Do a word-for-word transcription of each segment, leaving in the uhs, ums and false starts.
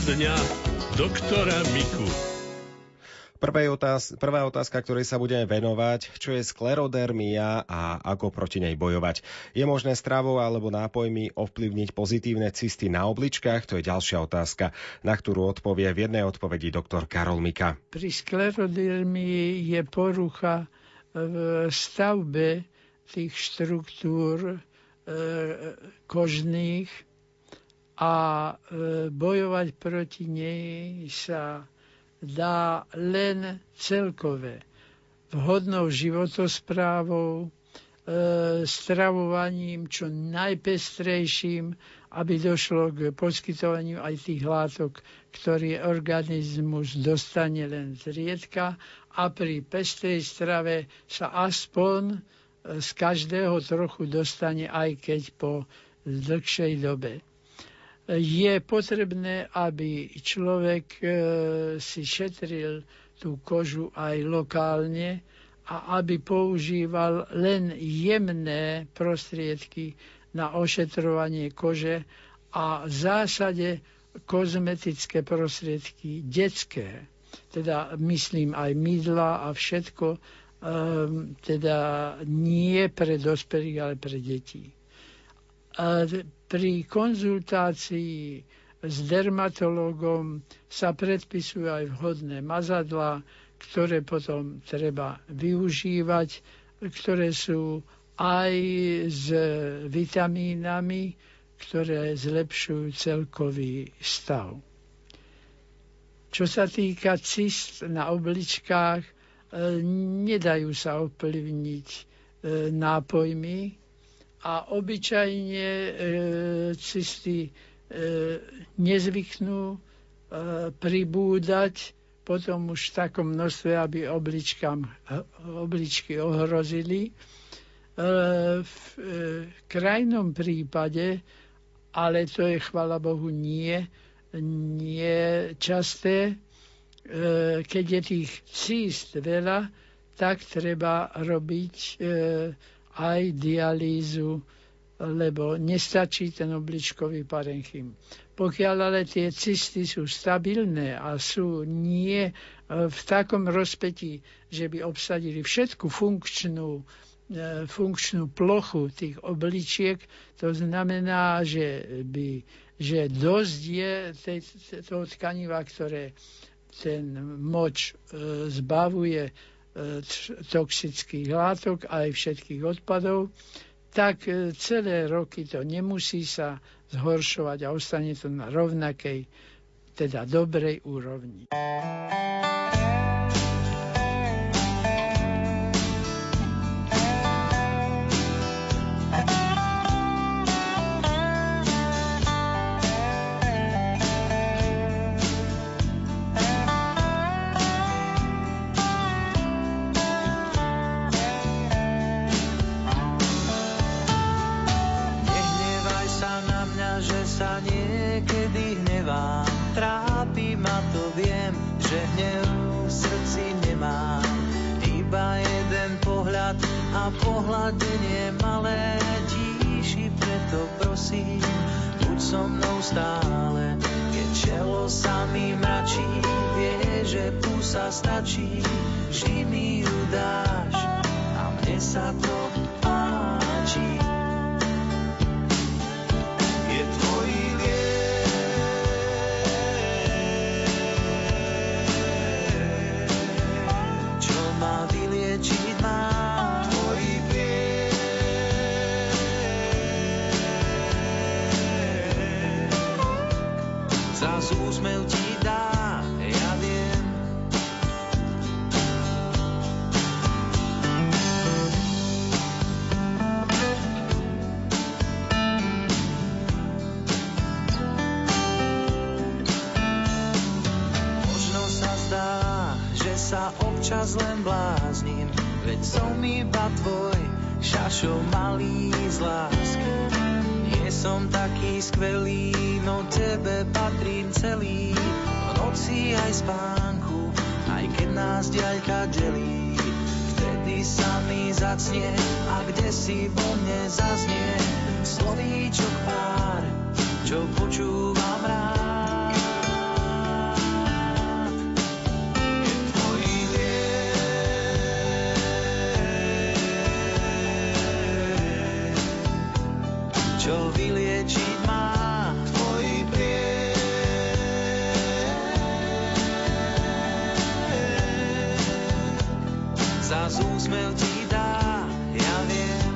dňa doktora Miku. Prvá otázka, prvá otázka, ktorej sa budeme venovať, čo je sklerodermia a ako proti nej bojovať. Je možné stravou alebo nápojmi ovplyvniť pozitívne cysty na obličkách? To je ďalšia otázka, na ktorú odpovie v jednej odpovedi doktor Karol Mika. Pri sklerodermii je porucha v stavbe tých štruktúr e, kožných a e, bojovať proti nej sa dá len celkové vhodnou životosprávou, e, stravovaním čo najpestrejším, aby došlo k poskytovaniu aj tých látok, ktorý organizmus dostane len zriedka, a pri pestrej strave sa aspoň z každého trochu dostane, aj keď po dlhšej dobe. Je potrebné, aby človek si šetril tú kožu aj lokálne a aby používal len jemné prostriedky na ošetrovanie kože a v zásade kozmetické prostriedky detské. Teda myslím aj mydla a všetko, um, teda nie pre dospelých, ale pre detí. A pri konzultácii s dermatológom sa predpisujú aj vhodné mazadlá, ktoré potom treba využívať, ktoré sú aj s vitamínami, ktoré zlepšujú celkový stav. Čo sa týka cyst na obličkách, nedajú sa ovplyvniť nápojmi, a obyčajne e, cysty e, nezvyknú e, pribúdať potom už v takom množstve, aby obličkám, obličky ohrozili. E, v e, krajnom prípade, ale to je, chvala Bohu, nie, nie časté, e, keď je tých císt veľa, tak treba robiť e, aj dialýzu, lebo nestačí ten obličkový parenchym. Pokiaľ ale tie cysty sú stabilné a sú nie v takom rozpätí, že by obsadili všetku funkčnú, funkčnú plochu tých obličiek, to znamená, že, by, že dosť je tej, toho tkaniva, ktoré ten moč zbavuje toxických látok aj všetkých odpadov, tak celé roky to nemusí sa zhoršovať a ostane to na rovnakej, teda dobrej úrovni. A pohľadenie malé tíši, preto prosím, buď so mnou stále. Keď čelo sa mi mračí, vie, že pusa stačí, vždy mi ju dáš a mne sa to páči. Je tvoj liek, čo ma vyliečiť má. Zas úsmev ti dá, ja viem. Možno sa zdá, že sa občas len bláznim, veď som iba tvoj šašo malý z lásky. Nie som taký skvelý, no tebe patrím celý, v noci aj spánku, aj keď nás diaľka delí. Vtedy sa mi zacnie a kde si vo mne zaznie slovíčok pár, čo počúvam rád. čo vyliečiť má tvoj priek. Zas úsmev ti dá, ja viem.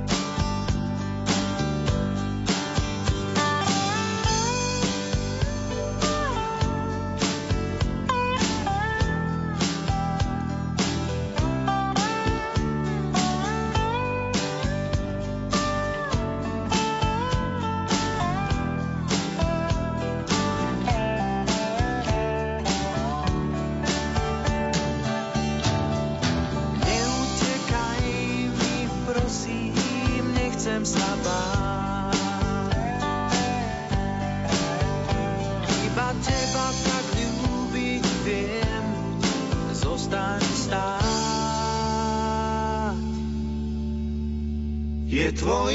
Je tvoj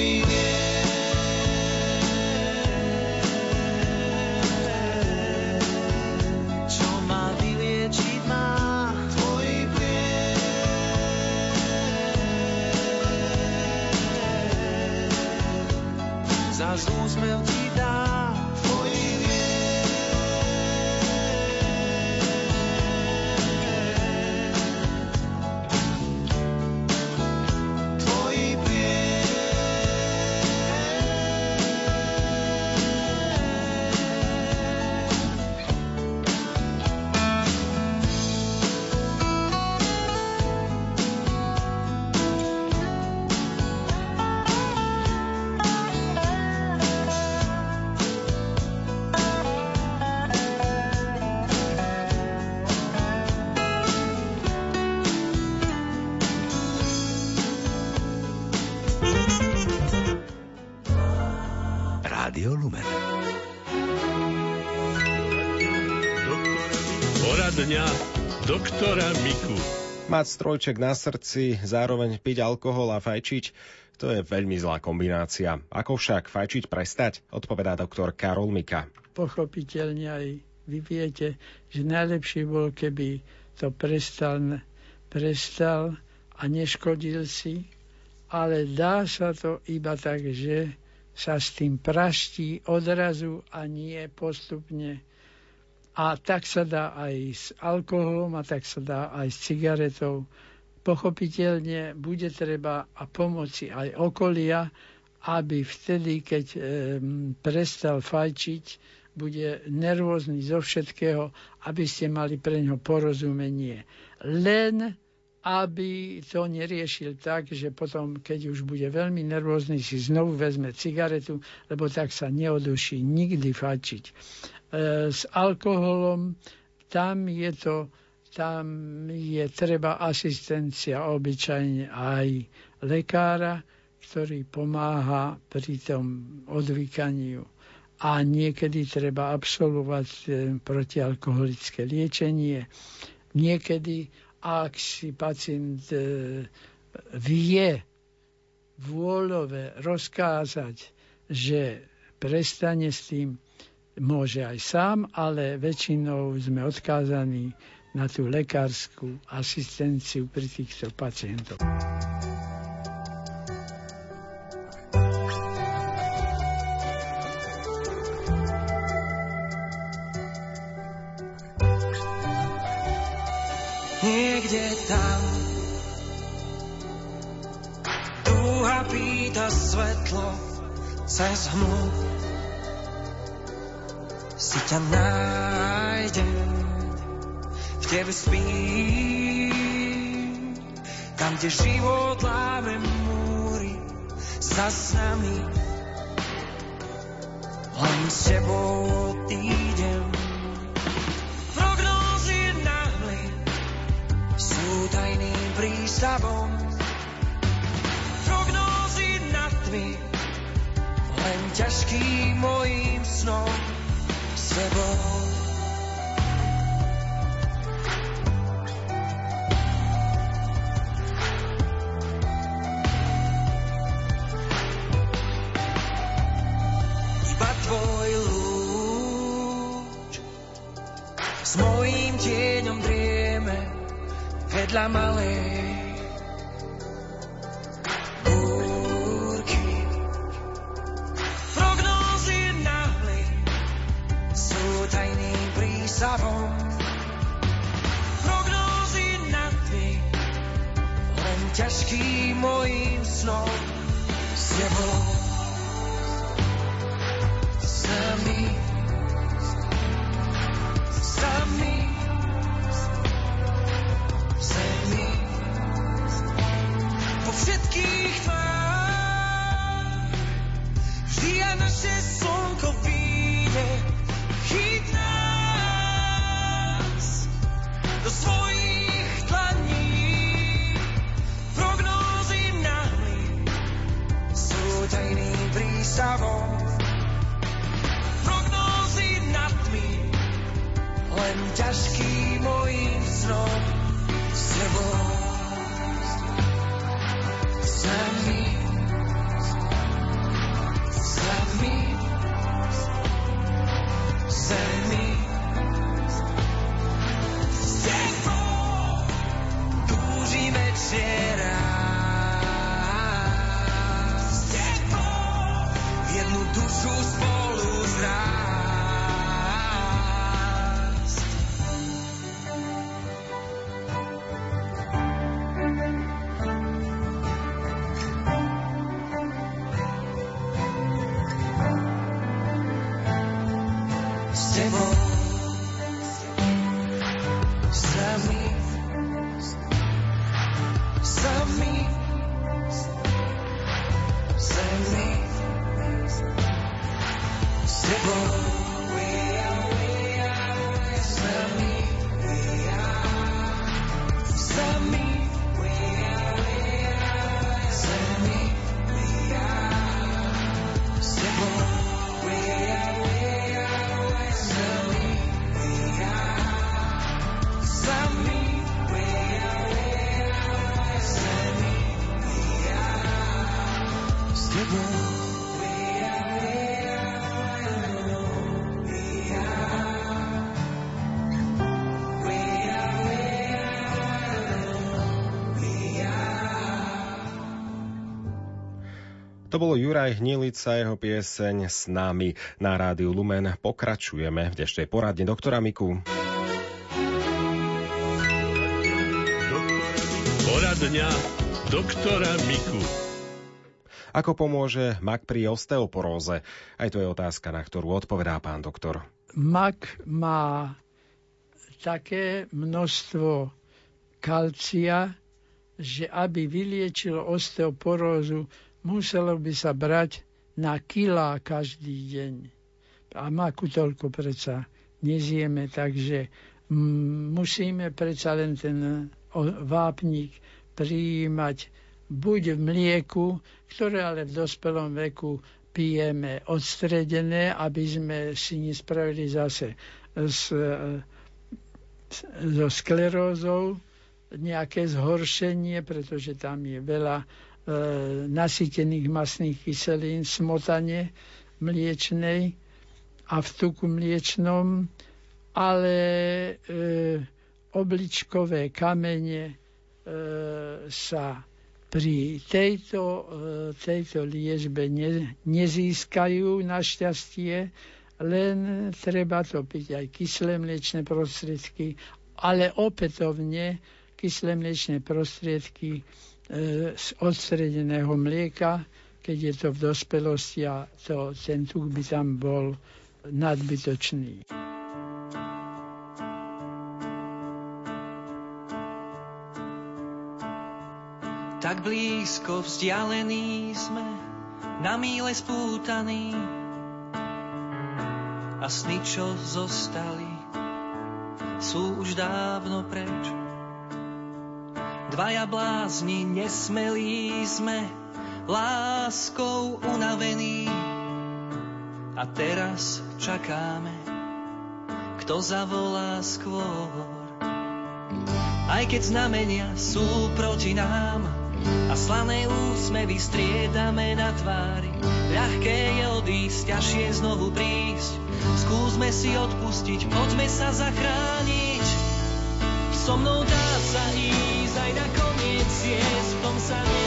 čo ma vyliečiť má tvoj zas úsmev ti dá tvoj Rádio Lumen. Poradňa doktora Miku. Mať strojček na srdci, zároveň piť alkohol a fajčiť, to je veľmi zlá kombinácia. Ako však fajčiť prestať, odpovedá doktor Karol Mika. Pochopiteľne aj vy viete, že najlepšie bolo, keby to prestal, prestal a neškodil si, ale dá sa to iba tak, že sa s tým praští odrazu a nie postupne. A tak sa dá aj s alkoholom a tak sa dá aj s cigaretou. Pochopiteľne bude treba a pomoci aj okolia, aby vtedy, keď e, prestal fajčiť, bude nervózny zo všetkého, aby ste mali pre ňo porozumenie. Len aby to neriešil tak, že potom, keď už bude veľmi nervózny, si znovu vezme cigaretu, lebo tak sa neoduší nikdy fajčiť. E, s alkoholom tam je to, tam je treba asistencia obyčajne aj lekára, ktorý pomáha pri tom odvykaniu. A niekedy treba absolvovať e, protialkoholické liečenie. Niekedy, ak si pacient e, vie vôľové rozkázať, že prestane s tým, môže aj sám, ale väčšinou sme odkázaní na tú lekárskú asistenciu pri týchto pacientoch. Niekde tam dúha pýta svetlo cez hmlu, si ťa nájde, v tebe spím, tam, kde život láme múry za nami, len s tebou odídem. Tajným prístavom prognózy nad tmy, len ťažkým mojím snom s tebou. Iba tvoj lúč s mojím tieňom drieme vedľa malej búrky, stavom. Prognózy nad tmy, len ťažký mojím snom. S tebou sami, sami, sami. S tebou túžim večer raz. S tebou jednu dušu spolu zrásť. To bolo Juraj Hnilica, jeho pieseň S nami na Rádiu Lumen. Pokračujeme v dnešnej poradni doktora Miku. Poradňa doktora Miku. Ako pomôže mak pri osteoporóze? Aj to je otázka, na ktorú odpovedá pán doktor. Mak má také množstvo kalcia, že aby vyliečil osteoporózu, muselo by sa brať na kilá každý deň. A maku toľko predsa nezjeme, takže musíme predsa len ten vápnik prijímať buď v mlieku, ktoré ale v dospelom veku pijeme odstredené, aby sme si nespravili zase s, so sklerózou nejaké zhoršenie, pretože tam je veľa nasýtených mastných kyselín, smotane mliečnej a v tuku mliečnom, ale e, obličkové kamene e, sa pri tejto, e, tejto liečbe ne, nezískajú našťastie, len treba to piť aj kyslé mliečne prostriedky, ale opätovne kyslé mliečne prostriedky z odstredeného mlieka, keď je to v dospelosti a to, ten tuk by tam bol nadbytočný. Tak blízko vzdialení sme, na míle spútaní, a sny, čo zostali, sú už dávno preč. Dvaja blázni nesmelí sme, láskou unavení, a teraz čakáme, kto zavolá skôr. Aj keď znamenia sú proti nám a slané úsmevy striedame na tvári, ľahké je odísť, ťažšie znovu prísť. Skúsme si odpustiť, poďme sa zachrániť. So mnou dá sa ísť aj na koniec ciest, v tom sa nie